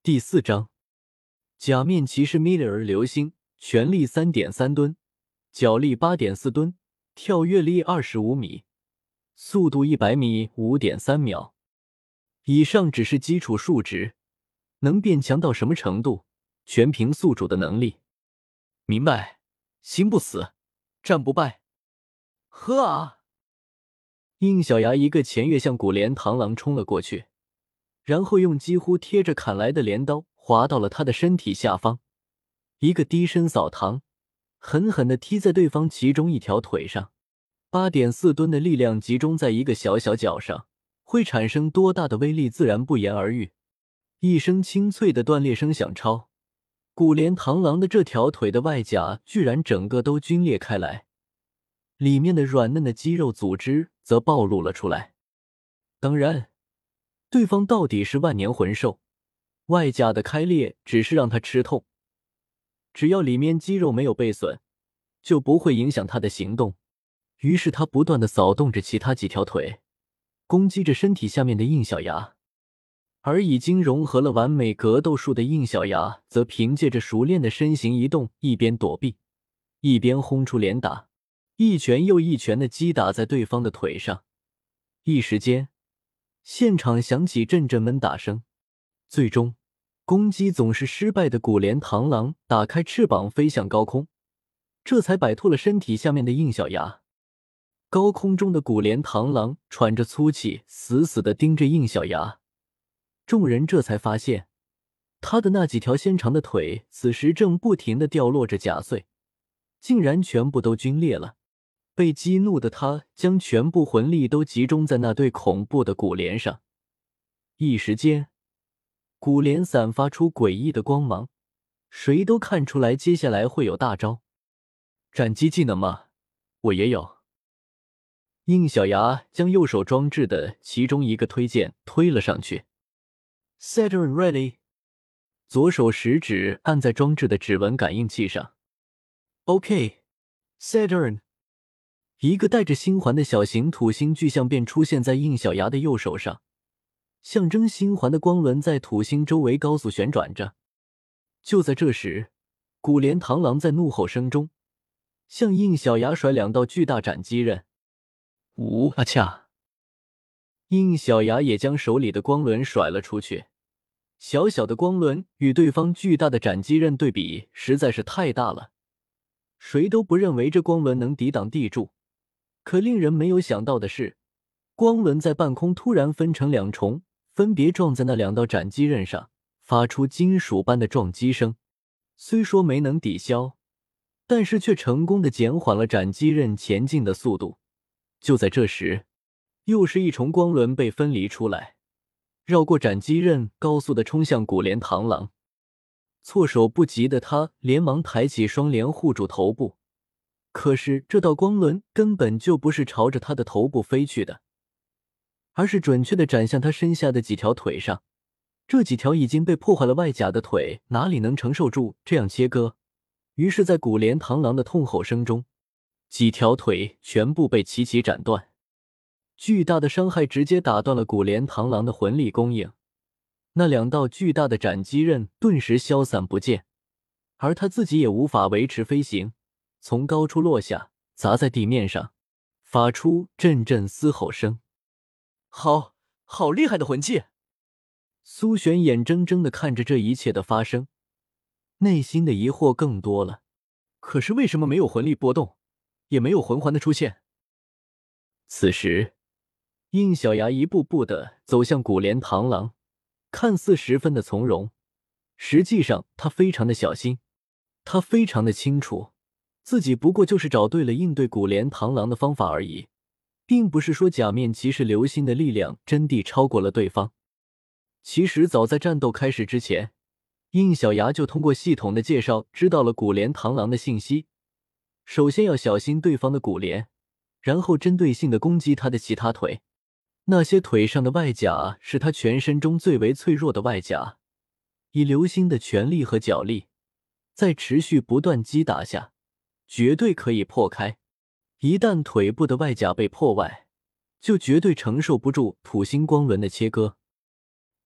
第4章假面骑士米勒尔流星，全力 3.3 吨，脚力 8.4 吨，跳跃力25米，速度100米 5.3 秒。以上只是基础数值，能变强到什么程度，全凭宿主的能力。明白，心不死，战不败。呵啊！应小牙一个前跃向古莲螳螂冲了过去，然后用几乎贴着砍来的镰刀划到了他的身体下方，一个低身扫堂，狠狠地踢在对方其中一条腿上。8.4 吨的力量集中在一个小小脚上，会产生多大的威力自然不言而喻。一声清脆的断裂声响超，古莲螳螂的这条腿的外甲居然整个都皲裂开来，里面的软嫩的肌肉组织则暴露了出来。当然，对方到底是万年魂兽，外甲的开裂只是让他吃痛，只要里面肌肉没有被损，就不会影响他的行动。于是他不断地扫动着其他几条腿，攻击着身体下面的应小牙。而已经融合了完美格斗术的应小牙则凭借着熟练的身形移动，一边躲避，一边轰出连打，一拳又一拳地击打在对方的腿上。一时间，现场响起阵阵闷打声。最终，攻击总是失败的古莲螳螂打开翅膀飞向高空，这才摆脱了身体下面的应小牙。高空中的古莲螳螂喘着粗气，死死地盯着应小牙。众人这才发现，他的那几条纤长的腿此时正不停地掉落着甲碎，竟然全部都皲裂了。被激怒的他将全部魂力都集中在那对恐怖的骨莲上。一时间，骨莲散发出诡异的光芒，谁都看出来接下来会有大招。斩击技能吗？我也有。应小牙将右手装置的其中一个推键推了上去。Saturn ready。左手食指按在装置的指纹感应器上。OK， Saturn。一个带着星环的小型土星巨像便出现在应小牙的右手上，象征星环的光轮在土星周围高速旋转着。就在这时，古莲螳螂在怒吼声中向应小牙甩2道巨大斩击刃。呜啊恰！应小牙也将手里的光轮甩了出去。小小的光轮与对方巨大的斩击刃对比实在是太大了，谁都不认为这光轮能抵挡地柱。可令人没有想到的是，光轮在半空突然分成2重，分别撞在那2道斩击刃上，发出金属般的撞击声。虽说没能抵消，但是却成功的减缓了斩击刃前进的速度。就在这时，又是一重光轮被分离出来，绕过斩击刃，高速的冲向古莲螳螂。措手不及的他连忙抬起双镰护住头部，可是这道光轮根本就不是朝着他的头部飞去的，而是准确地斩向他身下的几条腿上。这几条已经被破坏了外甲的腿哪里能承受住这样切割？于是在古莲螳螂的痛吼声中，几条腿全部被齐齐斩断。巨大的伤害直接打断了古莲螳螂的魂力供应，那2道巨大的斩击刃顿时消散不见，而他自己也无法维持飞行，从高处落下，砸在地面上，发出阵阵嘶吼声。好厉害的魂技！苏璇眼睁睁地看着这一切的发生，内心的疑惑更多了。可是为什么没有魂力波动，也没有魂环的出现？此时，应小牙一步步地走向古莲螳螂，看似十分的从容，实际上他非常的小心。他非常的清楚，自己不过就是找对了应对古莲螳螂的方法而已，并不是说假面骑士流星的力量真的超过了对方。其实早在战斗开始之前，应小牙就通过系统的介绍知道了古莲螳螂的信息。首先要小心对方的古莲，然后针对性的攻击他的其他腿。那些腿上的外甲是他全身中最为脆弱的外甲，以流星的全力和脚力，在持续不断击打下，绝对可以破开。一旦腿部的外甲被破坏，就绝对承受不住土星光轮的切割。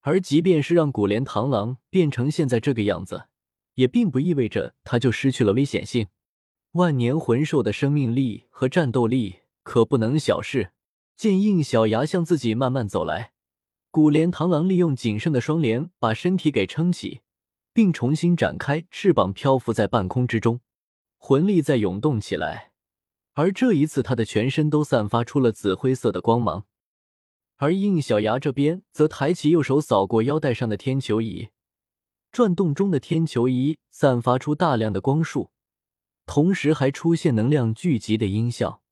而即便是让古莲螳螂变成现在这个样子，也并不意味着他就失去了危险性。万年魂兽的生命力和战斗力可不能小视。见应小牙向自己慢慢走来，古莲螳螂利用仅剩的双镰把身体给撑起，并重新展开翅膀漂浮在半空之中，魂力在涌动起来。而这一次他的全身都散发出了紫灰色的光芒。而应小牙这边则抬起右手扫过腰带上的天球仪，转动中的天球仪散发出大量的光束，同时还出现能量聚集的音效。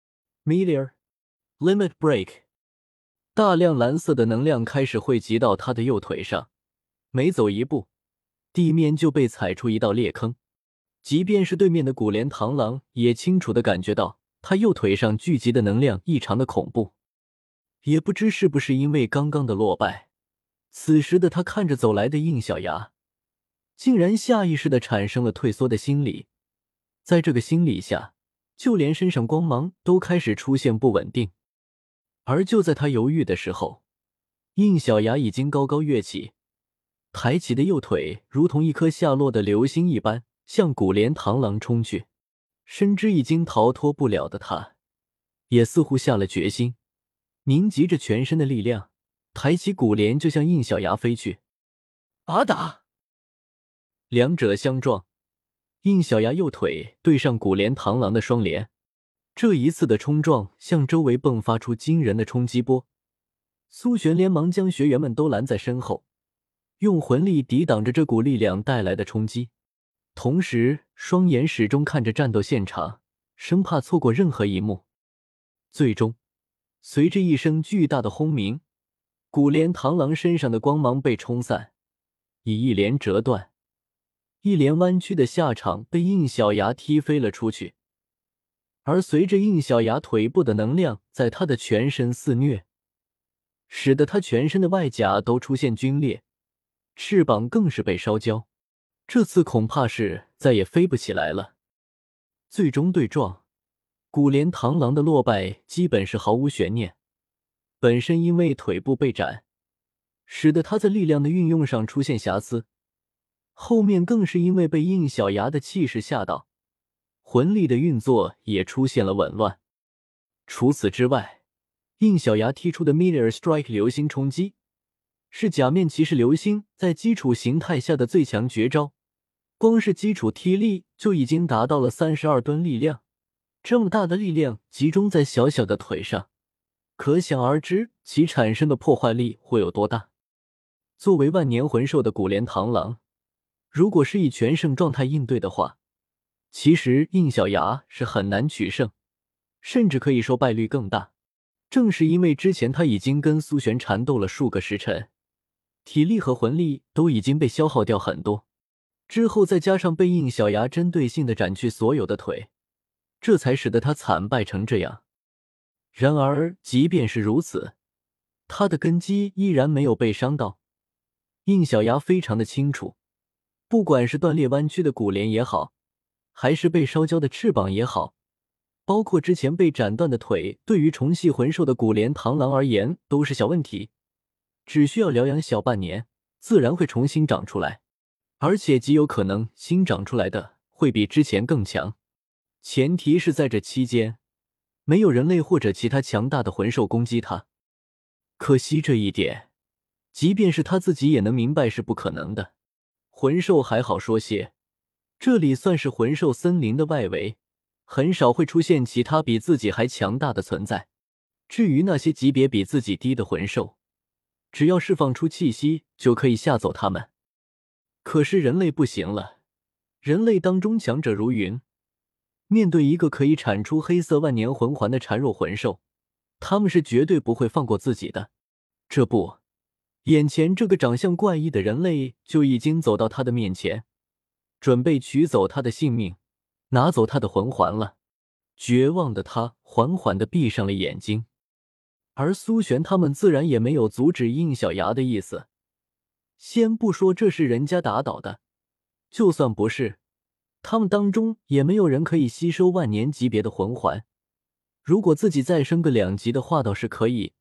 Meteor Limit Break， 大量蓝色的能量开始汇集到他的右腿上，每走一步，地面就被踩出一道裂坑。即便是对面的古莲螳螂也清楚地感觉到他右腿上聚集的能量异常的恐怖。也不知是不是因为刚刚的落败，此时的他看着走来的应小牙，竟然下意识地产生了退缩的心理。在这个心理下，就连身上光芒都开始出现不稳定。而就在他犹豫的时候，应小牙已经高高跃起，抬起的右腿如同一颗下落的流星一般向古莲螳螂冲去。深知已经逃脱不了的他，也似乎下了决心，凝集着全身的力量，抬起古莲就向应小牙飞去。阿打！两者相撞，应小牙右腿对上古莲螳螂的双镰，这一次的冲撞向周围迸发出惊人的冲击波。苏璇连忙将学员们都拦在身后，用魂力抵挡着这股力量带来的冲击，同时双眼始终看着战斗现场，生怕错过任何一幕。最终随着一声巨大的轰鸣，古莲螳螂身上的光芒被冲散，以一连折断、一连弯曲的下场被应小牙踢飞了出去。而随着应小牙腿部的能量在他的全身肆虐，使得他全身的外甲都出现皲裂，翅膀更是被烧焦，这次恐怕是再也飞不起来了。最终对撞，古莲螳螂的落败基本是毫无悬念。本身因为腿部被斩，使得他在力量的运用上出现瑕疵，后面更是因为被应小牙的气势吓到，魂力的运作也出现了紊乱。除此之外，应小牙踢出的 Meteor Strike 流星冲击是假面骑士流星在基础形态下的最强绝招，光是基础踢力就已经达到了32吨力量，这么大的力量集中在小小的腿上，可想而知其产生的破坏力会有多大。作为万年魂兽的古莲螳螂，如果是以全胜状态应对的话，其实应小牙是很难取胜，甚至可以说败率更大。正是因为之前他已经跟苏璇缠斗了数个时辰，体力和魂力都已经被消耗掉很多，之后再加上被应小牙针对性的斩去所有的腿，这才使得他惨败成这样。然而即便是如此，他的根基依然没有被伤到。应小牙非常的清楚，不管是断裂弯曲的骨镰也好，还是被烧焦的翅膀也好，包括之前被斩断的腿，对于重系魂兽的古莲螳螂而言都是小问题，只需要疗养小半年，自然会重新长出来，而且极有可能新长出来的会比之前更强。前提是在这期间，没有人类或者其他强大的魂兽攻击他。可惜这一点，即便是他自己也能明白是不可能的。魂兽还好说些，这里算是魂兽森林的外围，很少会出现其他比自己还强大的存在。至于那些级别比自己低的魂兽，只要释放出气息就可以吓走他们。可是人类不行了，人类当中强者如云，面对一个可以产出黑色万年魂环的孱弱魂兽，他们是绝对不会放过自己的。这不，眼前这个长相怪异的人类就已经走到他的面前，准备取走他的性命，拿走他的魂环了。绝望的他缓缓地闭上了眼睛，而苏璇他们自然也没有阻止应小牙的意思。先不说这是人家打倒的，就算不是，他们当中也没有人可以吸收万年级别的魂环。如果自己再升个2级的话倒是可以，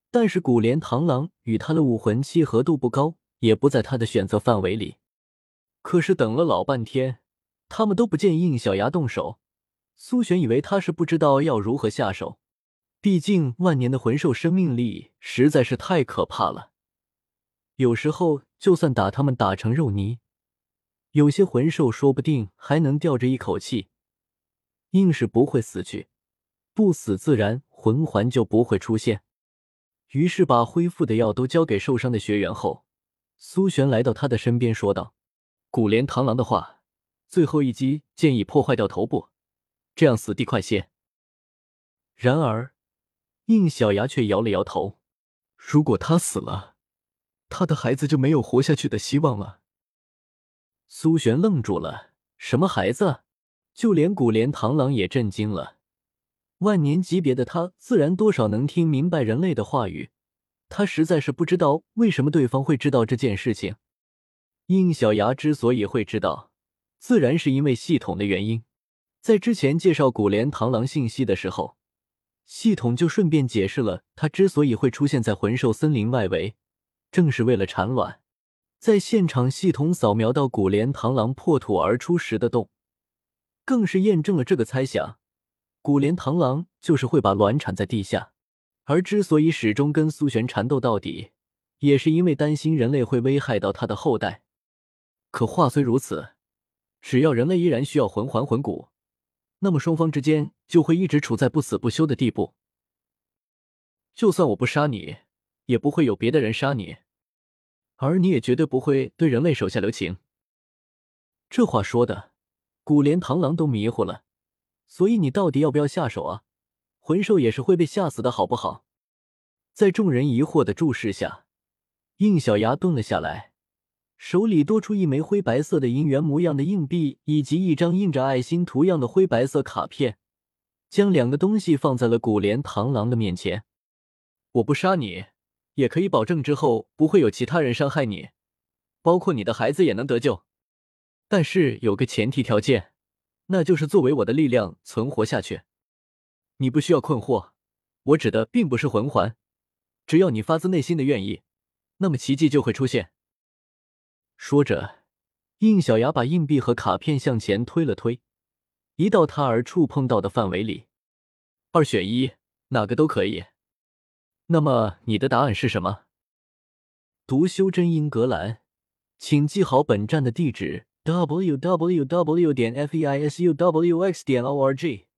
但是古莲螳螂与他的武魂契合度不高，也不在他的选择范围里。可是等了老半天，他们都不见应小牙动手。苏璇以为他是不知道要如何下手，毕竟万年的魂兽生命力实在是太可怕了。有时候就算打他们打成肉泥，有些魂兽说不定还能吊着一口气，硬是不会死去，不死自然魂环就不会出现。于是把恢复的药都交给受伤的学员后，苏璇来到他的身边说道：古莲螳螂的话，最后一击建议破坏掉头部，这样死地快些。然而应小牙却摇了摇头，如果他死了，他的孩子就没有活下去的希望了。苏璇愣住了，什么孩子？就连古莲螳螂也震惊了。万年级别的他自然多少能听明白人类的话语，他实在是不知道为什么对方会知道这件事情。应小牙之所以会知道，自然是因为系统的原因。在之前介绍古莲螳螂信息的时候，系统就顺便解释了他之所以会出现在魂兽森林外围，正是为了产卵。在现场系统扫描到古莲螳螂破土而出时的洞，更是验证了这个猜想。古莲螳螂就是会把卵产在地下，而之所以始终跟苏璇缠斗到底，也是因为担心人类会危害到他的后代。可话虽如此，只要人类依然需要魂环魂骨，那么双方之间就会一直处在不死不休的地步。就算我不杀你，也不会有别的人杀你，而你也绝对不会对人类手下留情。这话说的，古莲螳螂都迷糊了。所以你到底要不要下手啊？魂兽也是会被吓死的好不好？在众人疑惑的注视下，应小牙顿了下来，手里多出一枚灰白色的银元模样的硬币，以及一张印着爱心图样的灰白色卡片，将两个东西放在了古莲螳螂的面前。我不杀你，也可以保证之后不会有其他人伤害你，包括你的孩子也能得救。但是有个前提条件，那就是作为我的力量存活下去。你不需要困惑，我指的并不是魂环，只要你发自内心的愿意，那么奇迹就会出现。说着，应小牙把硬币和卡片向前推了推，移到他而触碰到的范围里。二选一，哪个都可以。那么你的答案是什么？读修真英格兰，请记好本站的地址 www.feisuwx.org。